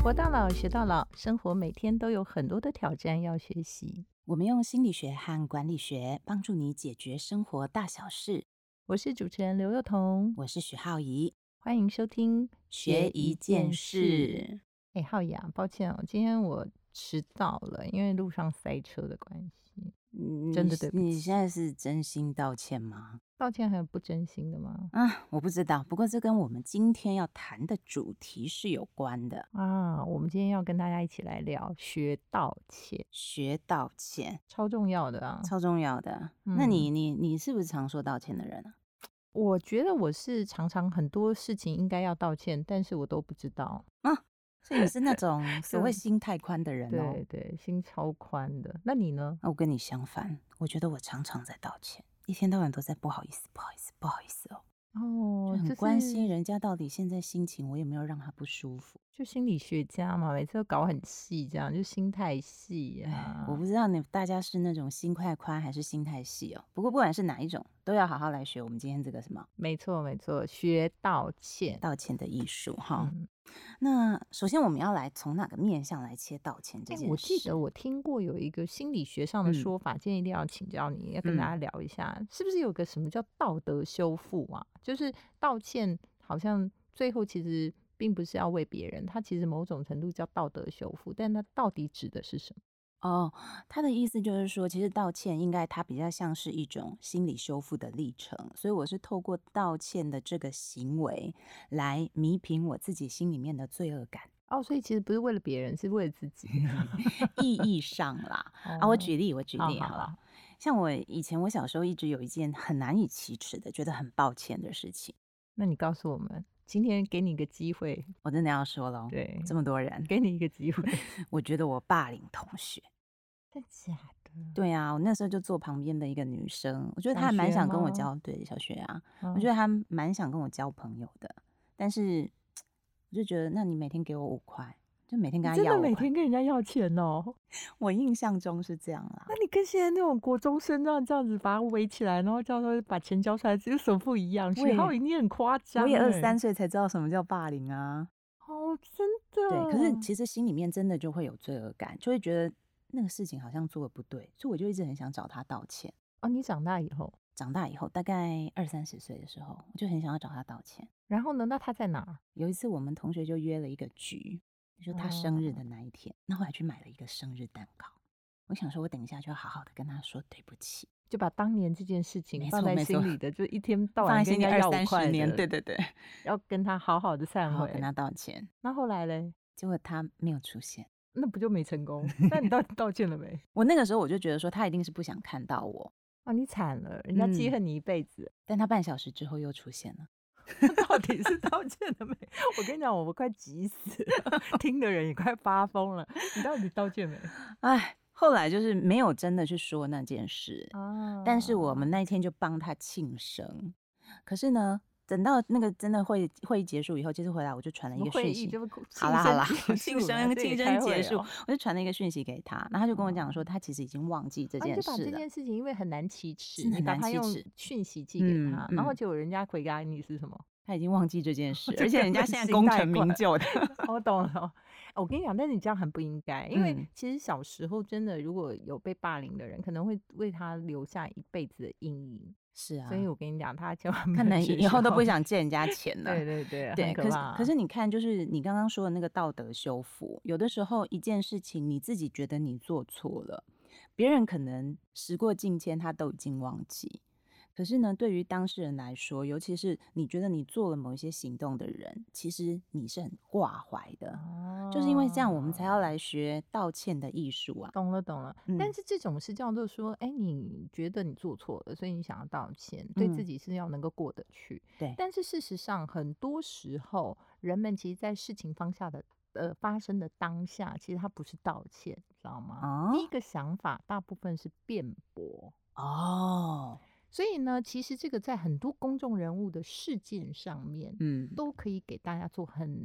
活到老学到老，生活每天都有很多的挑战要学习。 我们用心理学和管理学帮助你解决生活大小事。 我是主持人刘幼彤， 我是许浩怡， 欢迎收听学一件事。 浩怡啊，抱歉哦，今天我迟到了，因为路上塞车的关系，真的对不起。 你现在是真心道歉吗？ 道歉还有不真心的吗？ 我不知道，不过这跟我们今天要谈的主题是有关的啊。我们今天要跟大家一起来聊学道歉， 学道歉， 超重要的啊， 超重要的。那你是不是常说道歉的人啊？ 我觉得我是常常很多事情应该要道歉，但是我都不知道啊。所以你是那种所谓心太宽的人哦。 对对，心超宽的。那你呢？ 我跟你相反，我觉得我常常在道歉，一天到晚都在不好意思，不好意思，不好意思哦。 哦， 就很关心人家到底现在心情，我有没有让他不舒服？ 就心理学家嘛，每次都搞很细，这样就心太细啊。 我不知道大家是那种心太宽还是心太细哦。不过不管是哪一种，都要好好来学我们今天这个什么？ 没错没错，学道歉， 道歉的艺术哈。那首先我们要来从哪个面向来切道歉这件事？ 我记得我听过有一个心理学上的说法，今天一定要请教你，要跟大家聊一下，是不是有个什么叫道德修复啊？就是道歉好像最后其实并不是要为别人，它其实某种程度叫道德修复，但它到底指的是什么？ 他的意思就是说，其实道歉应该它比较像是一种心理修复的历程，所以我是透过道歉的这个行为来弥平我自己心里面的罪恶感。 所以其实不是为了别人，是为了自己。 意义上啦。我举例好了。像我小时候一直有一件很难以启齿的，觉得很抱歉的事情。 那你告诉我们，今天给你一个机会， 我真的要说了。 对， 这么多人， 给你一个机会。 我觉得我霸凌同学。 真假的？ 对啊，我那时候就坐旁边的一个女生，我觉得她还蛮想跟我交，对，小学啊，我觉得她蛮想跟我交朋友的，但是我就觉得，那你每天给我5块，就每天跟她要5块。 真的每天跟人家要钱哦？ 我印象中是这样啦。 那你跟现在那种国中生这样子把他围起来，然后叫他把钱交出来，有什么不一样？许浩怡你很夸张。 我也23岁才知道什么叫霸凌啊。 真的。 对，可是其实心里面真的就会有罪恶感，就会觉得那个事情好像做的不对，所以我就一直很想找他道歉。 你长大以后？ 长大以后，大概20-30岁的时候，我就很想要找他道歉。 然后呢？那他在哪？ 有一次我们同学就约了一个局，就他生日的那一天，那我还去买了一个生日蛋糕。我想说，我等一下就要好好的跟他说对不起， 就把当年这件事情放在心里的，就一天到晚跟人家要5块年，对对对， 要跟他好好的忏悔， 好好跟他道歉。 那后来嘞？ 结果他没有出现， 那不就没成功？那你到底道歉了没？ 我那个时候我就觉得说，他一定是不想看到我。 你惨了，人家记恨你一辈子。 但他半小时之后又出现了。 到底是道歉了没？我跟你讲，我快急死了，听的人也快发疯了。你到底道歉没？ 后来就是没有真的去说那件事但是我们那一天就帮他庆生。可是呢，等到那个真的会议结束以后，接着回来我就传了一个讯息。好啦，庆生结束，我就传了一个讯息给他，然后他就跟我讲说，他其实已经忘记这件事了。 就把这件事情，因为很难启齿， 你把他用讯息寄给他，然后结果人家回答你是什么？ 他已经忘记这件事，而且人家现在功成名就的。 我懂了。我跟你讲，但是你这样很不应该，因为其实小时候真的如果有被霸凌的人，可能会为他留下一辈子的阴影。 是啊， 所以我跟你讲，他千万可能以后都不想借人家钱了。 对对对对，可是你看，就是你刚刚说的那个道德修复，有的时候一件事情你自己觉得你做错了，别人可能时过境迁，他都已经忘记。可是呢，对于当事人来说，尤其是你觉得你做了某一些行动的人，其实你是很挂怀的。就是因为这样，我们才要来学道歉的艺术啊。 懂了。但是这种是叫做说，你觉得你做错了，所以你想要道歉，对自己是要能够过得去。 对。 但是事实上，很多时候人们其实在事情发生的当下，其实他不是道歉，知道吗？第一个想法大部分是辩驳。所以呢，其实这个在很多公众人物的事件上面，都可以给大家做很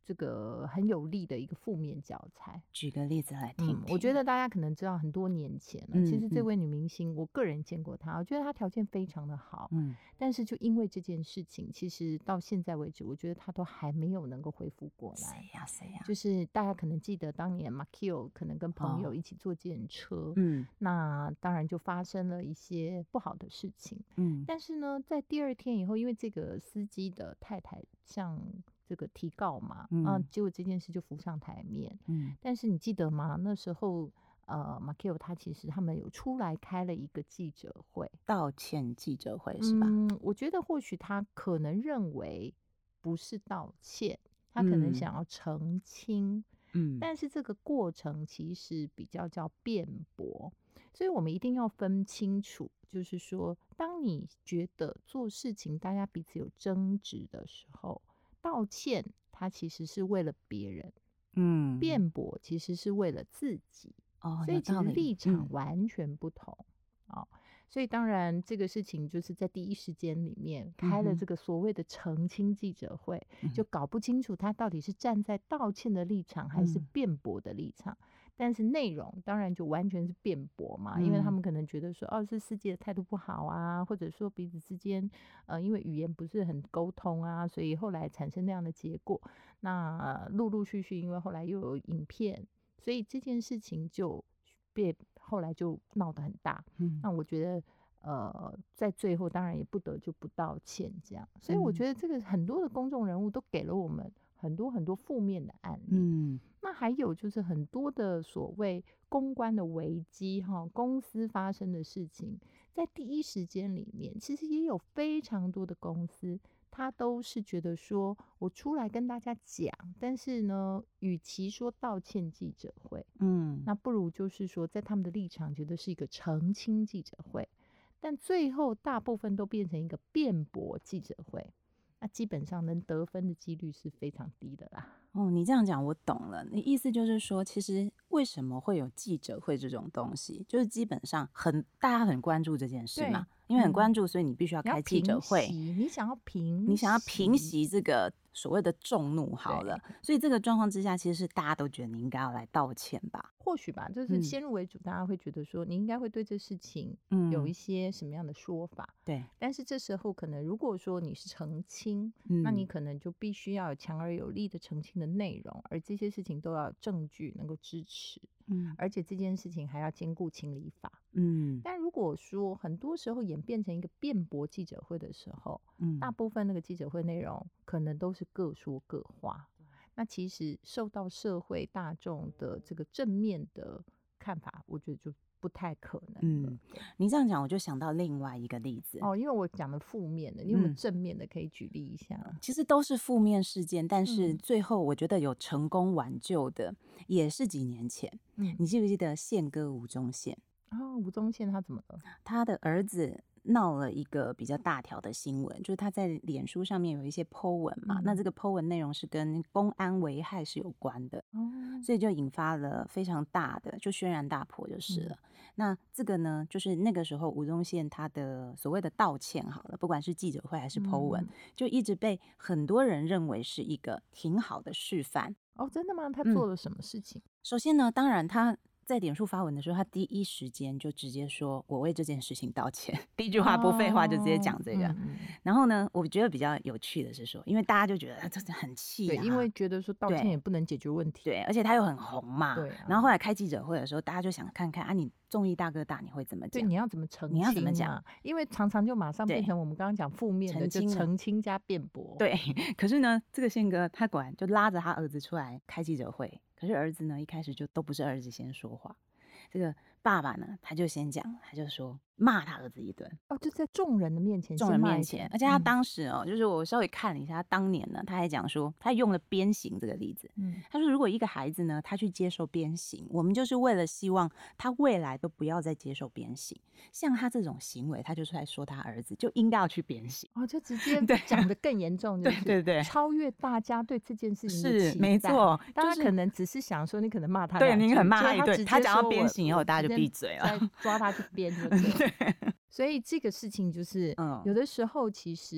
这个很有利的一个负面教材。 举个例子来听听。 我觉得大家可能知道很多年前了，其实这位女明星，我个人见过她，我觉得她条件非常的好，但是就因为这件事情，其实到现在为止，我觉得她都还没有能够恢复过来。 谁呀？ 就是大家可能记得当年 Makio 可能跟朋友一起坐计程车，那当然就发生了一些不好的事情，但是呢，在第二天以后，因为这个司机的太太向这个提告嘛，结果这件事就浮上台面。但是你记得吗？那时候Makio 他们有出来开了一个记者会， 道歉记者会是吧？ 我觉得或许他可能认为不是道歉，他可能想要澄清，但是这个过程其实比较叫辩驳，所以我们一定要分清楚，就是说，当你觉得做事情大家彼此有争执的时候，道歉它其实是为了别人，辩驳其实是为了自己，所以其实立场完全不同。所以当然这个事情就是在第一时间里面开了这个所谓的澄清记者会，就搞不清楚他到底是站在道歉的立场还是辩驳的立场，但是内容当然就完全是辩驳嘛，因为他们可能觉得说是司机的态度不好啊，或者说彼此之间因为语言不是很沟通啊，所以后来产生那样的结果。那陆陆续续因为后来又有影片，所以这件事情就后来就闹得很大。那我觉得在最后当然也不得就不道歉这样，所以我觉得这个很多的公众人物都给了我们很多很多负面的案例。那还有就是很多的所谓公关的危机公司发生的事情，在第一时间里面其实也有非常多的公司他都是觉得说我出来跟大家讲，但是呢与其说道歉记者会，那不如就是说在他们的立场觉得是一个澄清记者会，但最后大部分都变成一个辩驳记者会，那基本上能得分的几率是非常低的啦。 你这样讲我懂了，你意思就是说其实为什么会有记者会这种东西，就是基本上大家很关注这件事嘛，因为很关注，所以你必须要开记者会， 你想要平息这个所谓的众怒好了，所以这个状况之下其实是大家都觉得你应该要来道歉吧， 或许吧，就是先入为主，大家会觉得说你应该会对这事情有一些什么样的说法， 对， 但是这时候可能如果说你是澄清，那你可能就必须要有强而有力的澄清的内容，而这些事情都要有证据能够支持，而且这件事情还要兼顾情理法，但如果说很多时候演变成一个辩驳记者会的时候，大部分那个记者会内容可能都是各说各话，那其实受到社会大众的这个正面的看法，我觉得就不太可能了。 你这样讲我就想到另外一个例子因为我讲的负面的，你有没有正面的可以举例一下？ 其实都是负面事件，但是最后我觉得有成功挽救的也是几年前，你记不记得宪哥吴宗宪？ 吴宗宪他怎么了？ 他的儿子闹了一个比较大条的新闻，就是他在脸书上面有一些 po 文嘛，那这个 po 文内容是跟公安危害是有关的，所以就引发了非常大的就轩然大波就是了。那这个呢，就是那个时候吴宗宪他的所谓的道歉好了，不管是记者会还是 po 文，就一直被很多人认为是一个挺好的示范。 真的吗？他做了什么事情？ 首先呢，当然他在脸书发文的时候，他第一时间就直接说我为这件事情道歉，第一句话不废话就直接讲这个。然后呢，我觉得比较有趣的是说，因为大家就觉得他真的很气， 对，因为觉得说道歉也不能解决问题， 对，而且他又很红嘛， 对。 然后后来开记者会的时候，大家就想看看你综艺大哥大你会怎么讲？ 对，你要怎么澄清？ 你要怎么讲？ 因为常常就马上变成我们刚刚讲负面的，就澄清加辩驳。 对，可是呢，这个宪哥他果然就拉着他儿子出来开记者会，可是儿子呢一开始就都不是儿子先说话。这个爸爸呢，他就先讲，他就说骂他儿子一顿， 就在众人的面前， 而且他当时就是我稍微看了一下，他当年呢，他还讲说，他用了鞭刑这个例子，他说如果一个孩子呢，他去接受鞭刑，我们就是为了希望他未来都不要再接受鞭刑，像他这种行为，他就出来说他儿子就应该要去鞭刑， 就直接讲得更严重， 对， 超越大家对这件事情的期待， 是没错， 大家可能只是想说，你可能骂他， 对，你可能骂他一顿，他讲到鞭刑以后，大家就闭嘴了， 再抓他去鞭，对。所以这个事情就是有的时候其实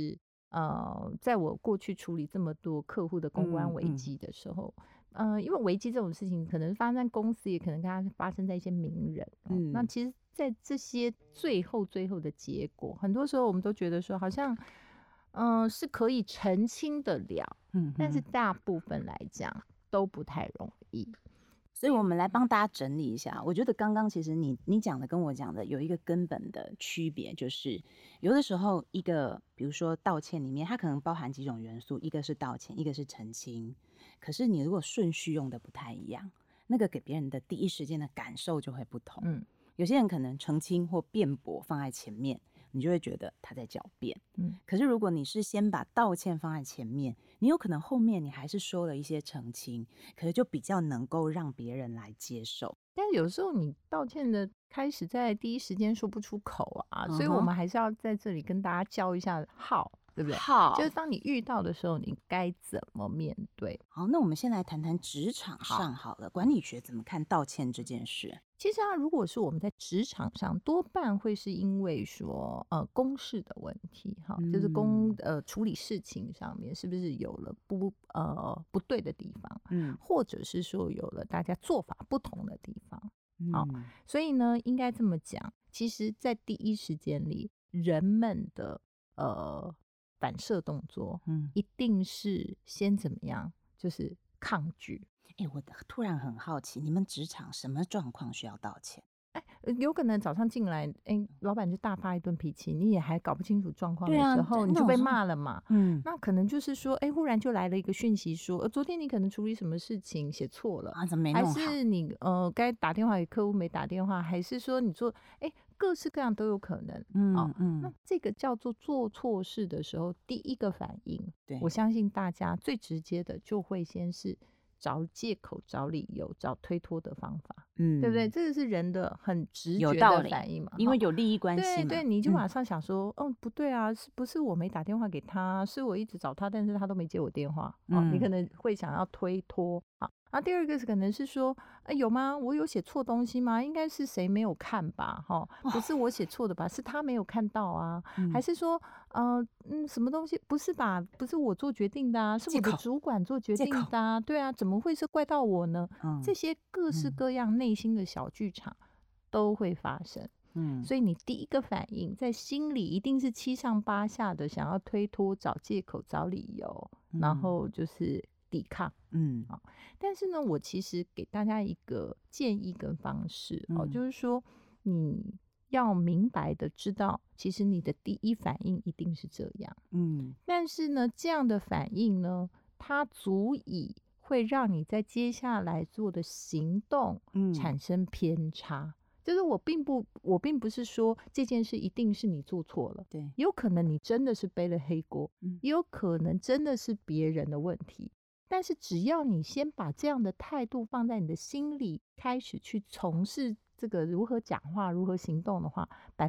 在我过去处理这么多客户的公关危机的时候，因为危机这种事情可能发生在公司，也可能跟它发生在一些名人。那其实，在这些最后的结果，很多时候我们都觉得说，好像是可以澄清的了，但是大部分来讲都不太容易。 所以我们来帮大家整理一下，我觉得刚刚其实你讲的跟我讲的有一个根本的区别，就是有的时候一个比如说道歉里面，它可能包含几种元素，一个是道歉，一个是澄清，可是你如果顺序用的不太一样，那个给别人的第一时间的感受就会不同。有些人可能澄清或辩驳放在前面，你就会觉得他在狡辩。可是如果你是先把道歉放在前面，你有可能后面你还是说了一些澄清，可是就比较能够让别人来接受。 但是有时候你道歉的开始在第一时间说不出口啊，所以我们还是要在这里跟大家教一下how，对不对？ 好， 就是当你遇到的时候，你该怎么面对？ 好，那我们先来谈谈职场上好了，管理学怎么看道歉这件事？ 其实如果是我们在职场上，多半会是因为说公事的问题，就是处理事情上面是不是有了不对的地方，或者是说有了大家做法不同的地方，所以呢，应该这么讲，其实在第一时间里，人们的反射动作，一定是先怎么样，就是抗拒。 我突然很好奇，你们职场什么状况需要道歉？ 有可能早上进来，老板就大发一顿脾气，你也还搞不清楚状况的时候，你就被骂了嘛。那可能就是说，忽然就来了一个讯息说，昨天你可能处理什么事情写错了， 怎么没弄好？ 还是你该打电话给客户没打电话，还是说你做各式各样都有可能。那这个叫做做错事的时候，第一个反应，我相信大家最直接的就会先是找借口、找理由、找推脱的方法，对不对？这个是人的很直觉的反应嘛， 因为有利益关系嘛。 对，你就马上想说，不对啊，是不是我没打电话给他？是我一直找他，但是他都没接我电话。你可能会想要推脱。好，第二个可能是说，有吗？我有写错东西吗？应该是谁没有看吧？不是我写错的吧？是他没有看到啊？还是说，什么东西？不是吧？不是我做决定的啊，是我的主管做决定的啊？对啊，怎么会是怪到我呢？这些各式各样内心的小剧场都会发生。所以你第一个反应在心里一定是七上八下的，想要推脱、找借口、找理由，然后就是抵抗。但是呢，我其实给大家一个建议跟方式，就是说你要明白的知道，其实你的第一反应一定是这样。但是呢，这样的反应呢，它足以会让你在接下来做的行动产生偏差。就是我并不是说这件事一定是你做错了， 对， 有可能你真的是背了黑锅，也有可能真的是别人的问题。但是只要你先把这样的态度放在你的心里，开始去从事这个如何讲话、如何行动的话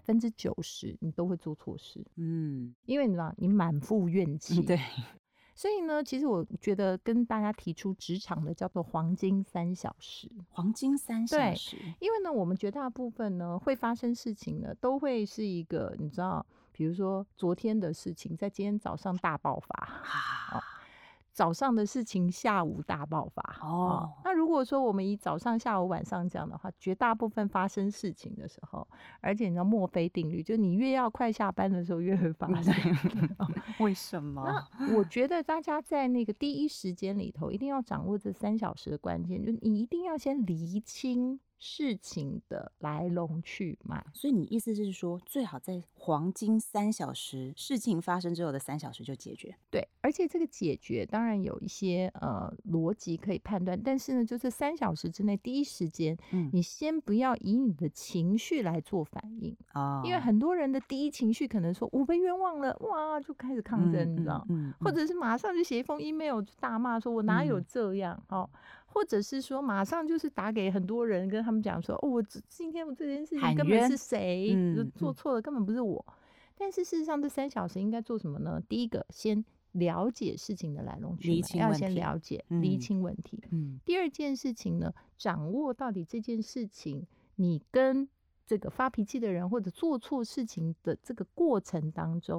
，90%你都会做错事。因为你知道，你满腹怨气。 对。 所以呢，其实我觉得跟大家提出职场的叫做黄金3小时。 黄金3小时。 因为呢，我们绝大部分呢会发生事情呢，都会是一个你知道，比如说昨天的事情，在今天早上大爆发。早上的事情下午大爆发。那如果说我们以早上、下午、晚上讲的话，绝大部分发生事情的时候，而且你知道墨菲定律，就你越要快下班的时候越会发生。 为什么？ 那我觉得大家在那个第一时间里头，一定要掌握这3小时的关键，就你一定要先厘清事情的来龙去脉。 所以你意思是说，最好在黄金3小时，事情发生之后的3小时就解决？ 对，而且这个解决当然有一些逻辑可以判断，但是呢，就这3小时之内，第一时间，你先不要以你的情绪来做反应。因为很多人的第一情绪可能说我被冤枉了，哇，就开始抗争，你知道，或者是马上就写一封 email 就大骂说我哪有这样，或者是说马上就是打给很多人跟他们讲说，我今天我这件事情根本是谁做错了，根本不是我。但是事实上这3小时应该做什么呢？第一个，先了解事情的来龙去脉，要先了解厘清问题。第二件事情呢，掌握到底这件事情你跟这个发脾气的人或者做错事情的这个过程当中，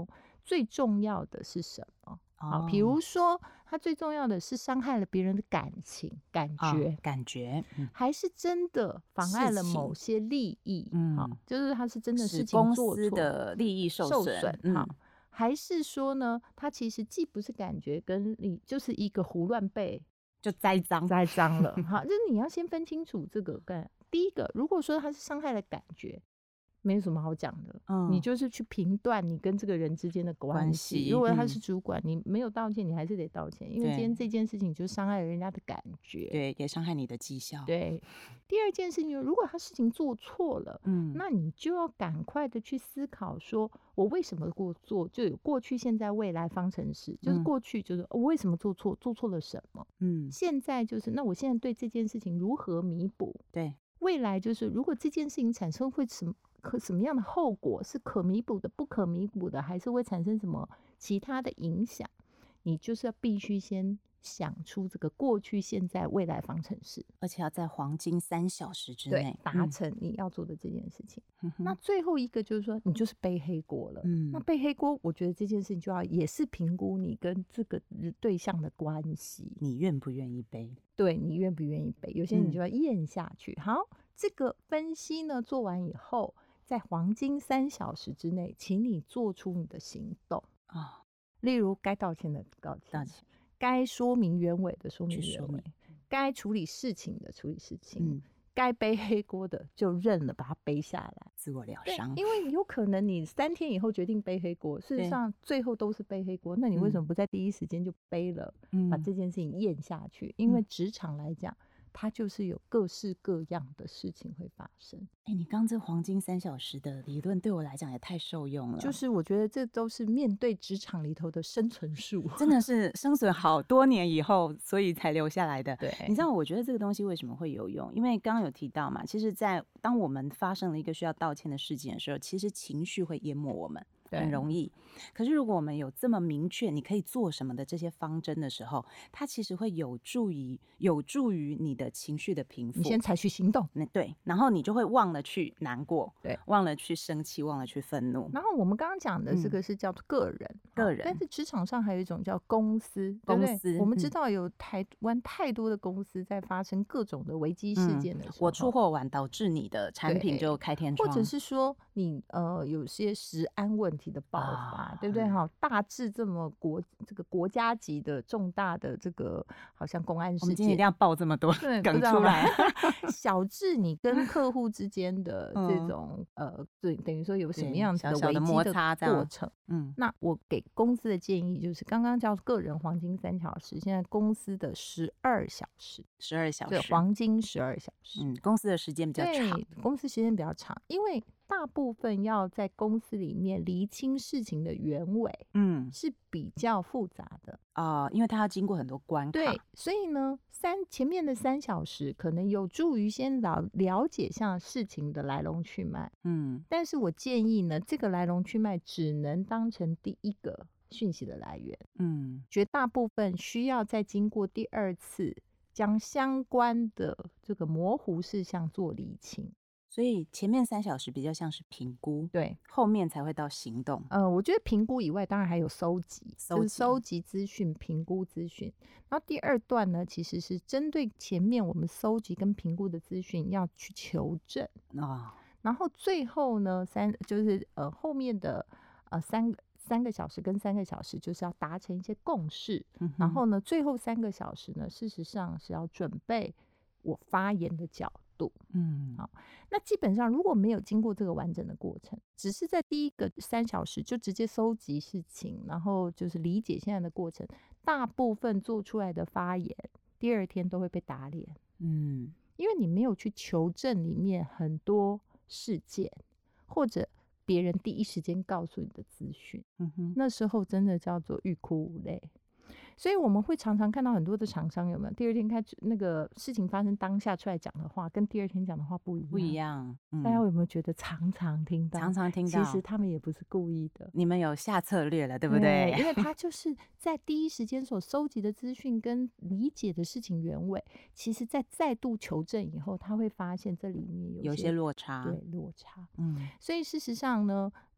最重要的是什么？好，比如说他最重要的是伤害了别人的感情、感觉，还是真的妨碍了某些利益？好，就是他是真的事情做错， 公司的利益受损。 好，还是说呢，他其实既不是感觉跟你就是一个胡乱背就栽赃了。好，就是你要先分清楚这个。第一个，如果说他是伤害了感觉，没有什么好讲的，你就是去评断你跟这个人之间的关系。如果他是主管，你没有道歉，你还是得道歉，因为今天这件事情就伤害了人家的感觉， 对，也伤害你的绩效。 对。第二件事情，如果他事情做错了，那你就要赶快的去思考，说我为什么做，就有过去、现在、未来方程式。就是过去就是我为什么做错了什么，现在就是那我现在对这件事情如何弥补， 对。 未来就是如果这件事情产生会什么样的后果，是可弥补的、不可弥补的，还是会产生什么其他的影响，你就是要必须先想出这个过去、现在、未来方程式， 而且要在黄金3小时之内达成你要做的这件事情。那最后一个就是说，你就是背黑锅了。那背黑锅，我觉得这件事情就要也是评估你跟这个对象的关系， 你愿不愿意背？ 对，你愿不愿意背？有些你就要咽下去。好，这个分析呢做完以后，在黄金3小时之内，请你做出你的行动啊。例如，该道歉的道歉，该说明原委的说明原委，该处理事情的处理事情，该背黑锅的就认了，把它背下来， 自我疗伤。 因为有可能你3天以后决定背黑锅，事实上最后都是背黑锅。那你为什么不在第一时间就背了，把这件事情咽下去？因为职场来讲，它就是有各式各样的事情会发生。 你刚这黄金3小时的理论对我来讲也太受用了。 就是我觉得这都是面对职场里头的生存术， 真的是生存好多年以后，所以才留下来的。 对， 你知道我觉得这个东西为什么会有用？因为刚刚有提到嘛，其实当我们发生了一个需要道歉的事件的时候，其实情绪会淹没我们。很容易，可是如果我们有这么明确你可以做什么的这些方针的时候，它其实会有助于你的情绪的平复。 你先采取行动， 对，然后你就会忘了去难过， 对， 忘了去生气，忘了去愤怒。 然后我们刚刚讲的这个是叫个人，但是职场上还有一种叫公司，对不对？我们知道有台湾太多的公司在发生各种的危机事件的时候， 我出货晚导致你的产品就开天窗， 或者是说你有些食安问题的爆发，对不对？大致这个国家级的重大的这个好像公安事件， 我们今天一定要爆这么多梗出来。 小至你跟客户之间的这种对，等于说有什么样子的危机的摩擦过程。那我给公司的建议就是，刚刚叫个人黄金3小时，现在公司的12小时，对，黄金12小时。 公司的时间比较长， 对，公司时间比较长，因为大部分要在公司里面厘清事情的原委，是比较复杂的因为它要经过很多关卡。 对，所以呢，前面的3小时可能有助于先了解像事情的来龙去脉，但是我建议呢，这个来龙去脉只能当成第一个讯息的来源，绝大部分需要再经过第2次将相关的这个模糊事项做厘清。 所以前面3小时比较像是评估， 对， 后面才会到行动。 我觉得评估以外，当然还有收集资讯、评估资讯。然后第2段呢，其实是针对前面我们收集跟评估的资讯要去求证然后最后呢，就是后面的3个小时跟3个小时就是要达成一些共识，然后呢，最后3个小时呢，事实上是要准备我发言的角度。好，那基本上如果没有经过这个完整的过程，只是在第一个3小时就直接收集事情，然后就是理解现在的过程，大部分做出来的发言，第2天都会被打脸。因为你没有去求证里面很多事件，或者别人第一时间告诉你的资讯，那时候真的叫做欲哭无泪。所以我们会常常看到很多的厂商，有没有第2天开始那个事情发生当下出来讲的话，跟第2天讲的话不一样。大家有没有觉得常常听到？其实他们也不是故意的。 你们有下策略了，对不对？ 因为他就是在第一时间所收集的资讯跟理解的事情原委，其实在再度求证以后，他会发现这里面有些落差。 对，落差。所以事实上呢，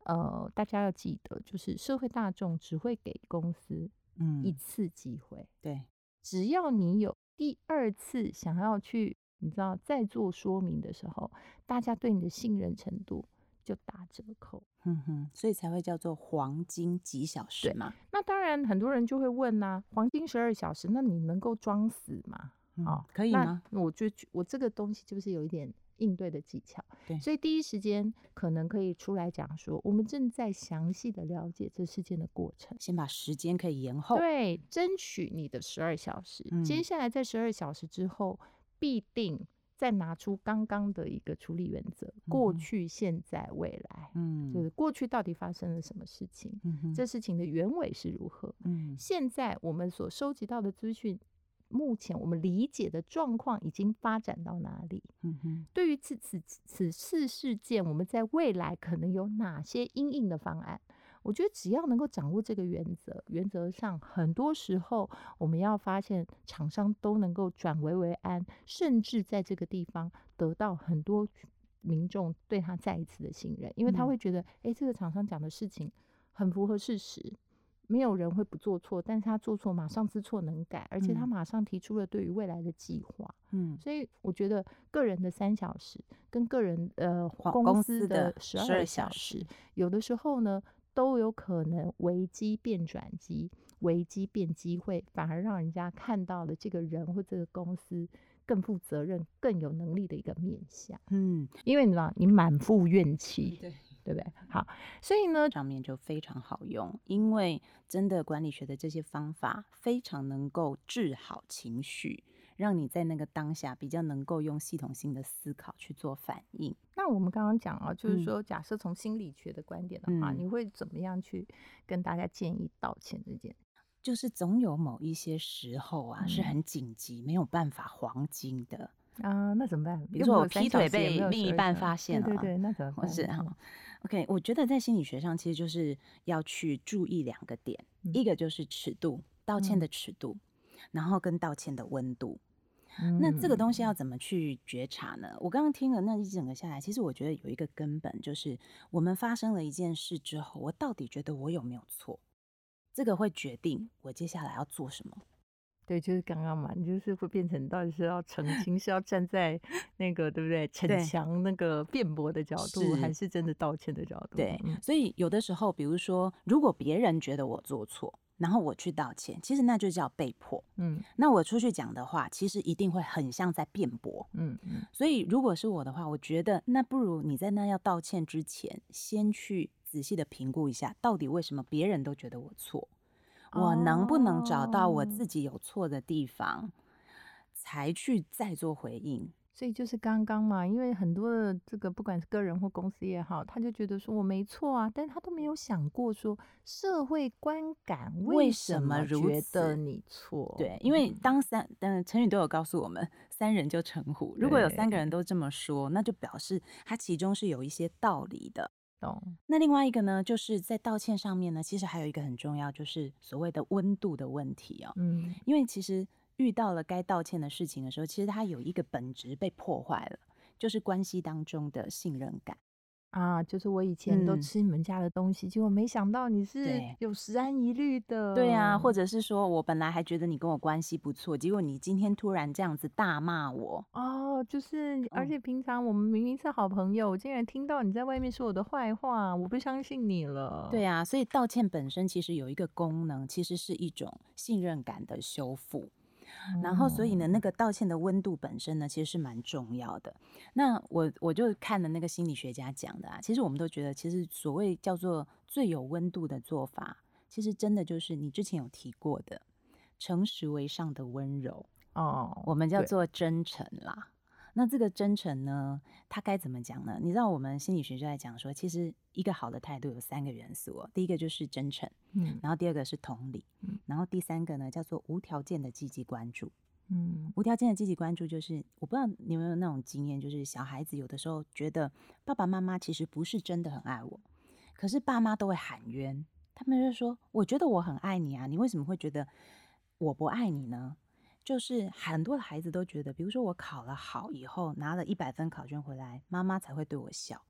大家要记得，就是社会大众只会给公司一次机会， 对， 只要你有第二次想要去，你知道再做说明的时候，大家对你的信任程度就打折扣。 所以才会叫做黄金几小时对， 嘛。 那当然很多人就会问黄金12小时，那你能够装死吗？那可以吗？ 我这个东西就是有一点应对的技巧， 对， 所以第一时间可能可以出来讲说，我们正在详细的了解这事件的过程， 先把时间可以延后。 对，争取你的12小时，接下来在12小时之后，必定再拿出刚刚的一个处理原则，过去、现在、未来，就是过去到底发生了什么事情，这事情的原委是如何，现在我们所收集到的资讯，目前我们理解的状况已经发展到哪里？对于此次事件，我们在未来可能有哪些因应的方案？我觉得只要能够掌握这个原则，原则上很多时候我们要发现厂商都能够转危为安，甚至在这个地方得到很多民众对他再一次的信任，因为他会觉得，这个厂商讲的事情很符合事实。没有人会不做错，但是他做错马上知错能改，而且他马上提出了对于未来的计划。所以我觉得个人的3小时跟个人公司的12小时，有的时候呢都有可能危机变转机，危机变机会，反而让人家看到了这个人或这个公司更负责任、更有能力的一个面向。因为你知道，你满腹怨气，对不对？好，所以呢， 上面就非常好用，因为真的管理学的这些方法非常能够治好情绪，让你在那个当下比较能够用系统性的思考去做反应。 那我们刚刚讲啊，就是说，假设从心理学的观点的话，你会怎么样去跟大家建议道歉这件事？ 就是总有某一些时候啊，是很紧急，没有办法黄金的。 那怎么办？ 比如说我劈腿被另一半发现了， 对，那怎么办？ 或是OK， 我觉得在心理学上其实就是要去注意2个点，一个就是尺度，道歉的尺度，然后跟道歉的温度。那这个东西要怎么去觉察呢？我刚刚听了那一整个下来，其实我觉得有一个根本，就是我们发生了一件事之后，我到底觉得我有没有错？这个会决定我接下来要做什么。 对，就是刚刚嘛，你就是会变成到底是要澄清，是要站在那个对不对逞强那个辩驳的角度，还是真的道歉的角度？ 对，所以有的时候，比如说，如果别人觉得我做错，然后我去道歉，其实那就叫被迫。那我出去讲的话，其实一定会很像在辩驳。所以如果是我的话，我觉得那不如你在那要道歉之前，先去仔细的评估一下，到底为什么别人都觉得我错。我能不能找到我自己有错的地方，才去再做回应？ 所以就是刚刚嘛，因为很多的这个不管是个人或公司也好，他就觉得说我没错啊，但他都没有想过说社会观感为什么觉得你错？ 对，因为成语都有告诉我们，3人就成虎。如果有3个人都这么说，那就表示它其中是有一些道理的。那另外一个呢，就是在道歉上面呢，其实还有一个很重要，就是所谓的温度的问题哦。因为其实遇到了该道歉的事情的时候，其实它有一个本质被破坏了，就是关系当中的信任感。 就是我以前都吃你们家的东西，结果没想到你是有食安疑虑的。 对啊，或者是说我本来还觉得你跟我关系不错，结果你今天突然这样子大骂我。 就是而且平常我们明明是好朋友，我竟然听到你在外面说我的坏话，我不相信你了。 对啊，所以道歉本身其实有一个功能，其实是一种信任感的修复。然后，所以呢，那个道歉的温度本身呢，其实是蛮重要的。那我就看了那个心理学家讲的其实我们都觉得，其实所谓叫做最有温度的做法，其实真的就是你之前有提过的诚实为上的温柔我们叫做真诚啦。那这个真诚呢，它该怎么讲呢？你知道我们心理学就在讲说，其实一个好的态度有3个元素第一个就是真诚，然后第2个是同理，然后第3个呢叫做无条件的积极关注。无条件的积极关注就是我不知道你有没有那种经验，就是小孩子有的时候觉得爸爸妈妈其实不是真的很爱我，可是爸妈都会喊冤，他们就说我觉得我很爱你啊，你为什么会觉得我不爱你呢？就是很多的孩子都觉得，比如说我考了好以后拿了100分考卷回来，妈妈才会对我笑，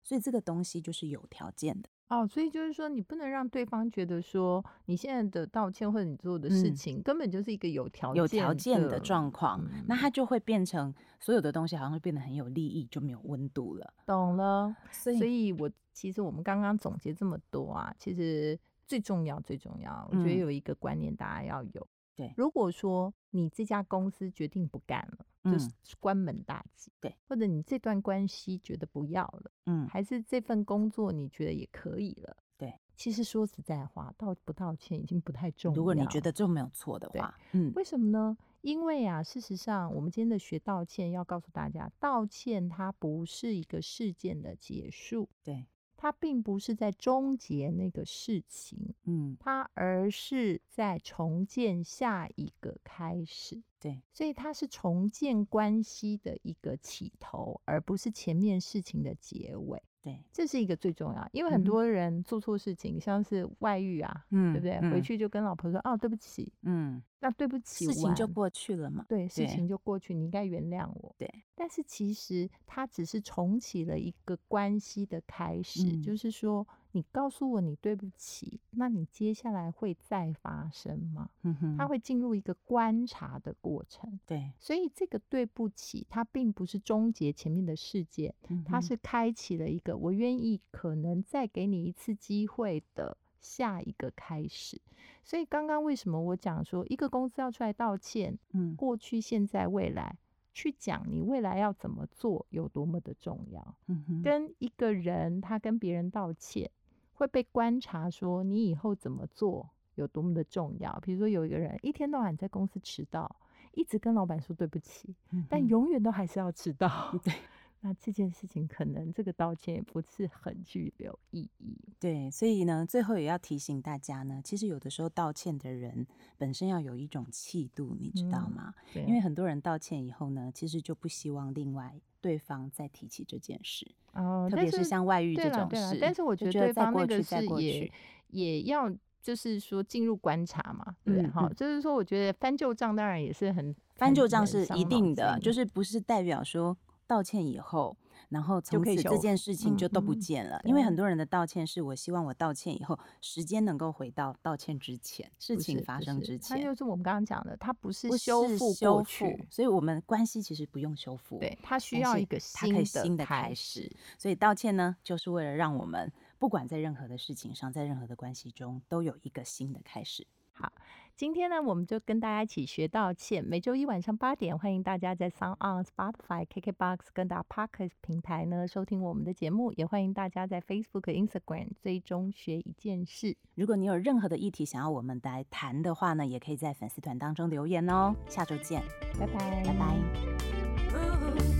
所以这个东西就是有条件的。 所以就是说，你不能让对方觉得说，你现在的道歉或者你做的事情，根本就是一个有条件的状况，那它就会变成所有的东西好像会变得很有利益，就没有温度了。 懂了。所以其实我们刚刚总结这么多啊，其实最重要，我觉得有一个观念大家要有。 对， 如果说你这家公司决定不干了，就是关门大吉， 对， 或者你这段关系觉得不要了，还是这份工作你觉得也可以了， 对， 其实说实在话，道不道歉已经不太重要。 如果你觉得这没有错的话， 为什么呢？因为啊，事实上，我们今天的学道歉要告诉大家，道歉它不是一个事件的结束， 对。 它并不是在终结那个事情，它而是在重建下一个开始。 对， 所以它是重建关系的一个起头，而不是前面事情的结尾。 对， 这是一个最重要，因为很多人做错事情，像是外遇啊，对不对？回去就跟老婆说对不起，那对不起， 事情就过去了嘛。 对，事情就过去，你应该原谅我。 对， 但是其实它只是重启了一个关系的开始，就是说你告诉我你对不起，那你接下来会再发生吗？它会进入一个观察的过程。 对， 所以这个对不起，它并不是终结前面的事件，它是开启了一个我愿意可能再给你一次机会的下一个开始。所以刚刚为什么我讲说一个公司要出来道歉，过去现在未来去讲你未来要怎么做有多么的重要，跟一个人他跟别人道歉会被观察说你以后怎么做有多么的重要。比如说有一个人一天到晚在公司迟到，一直跟老板说对不起，但永远都还是要迟到，对，那这件事情可能这个道歉也不是很具有意义。 对，所以呢，最后也要提醒大家呢，其实有的时候道歉的人本身要有一种气度，你知道吗？因为很多人道歉以后呢，其实就不希望另外对方再提起这件事，特别是像外遇这种事。 但是我觉得对方那个是也要就是说进入观察嘛，对不对？就是说我觉得翻旧账当然也是翻旧账是一定的，就是不是代表说道歉以后然后从此这件事情就都不见了，因为很多人的道歉是我希望我道歉以后时间能够回到道歉之前，事情发生之前。 它就是我们刚刚讲的，它不是修复过去， 所以我们关系其实不用修复， 对，它需要一个新的开始。 所以道歉呢，就是为了让我们不管在任何的事情上，在任何的关系中都有一个新的开始。 好，今天呢，我们就跟大家一起学道歉。每周一晚上8点，欢迎大家在 SoundOn、Spotify、KKBox 跟大 Podcast 平台呢收听我们的节目，也欢迎大家在 Facebook、Instagram 追踪学一件事。 如果你有任何的议题想要我们来谈的话呢，也可以在粉丝团当中留言哦。下周见， 拜拜， 拜拜。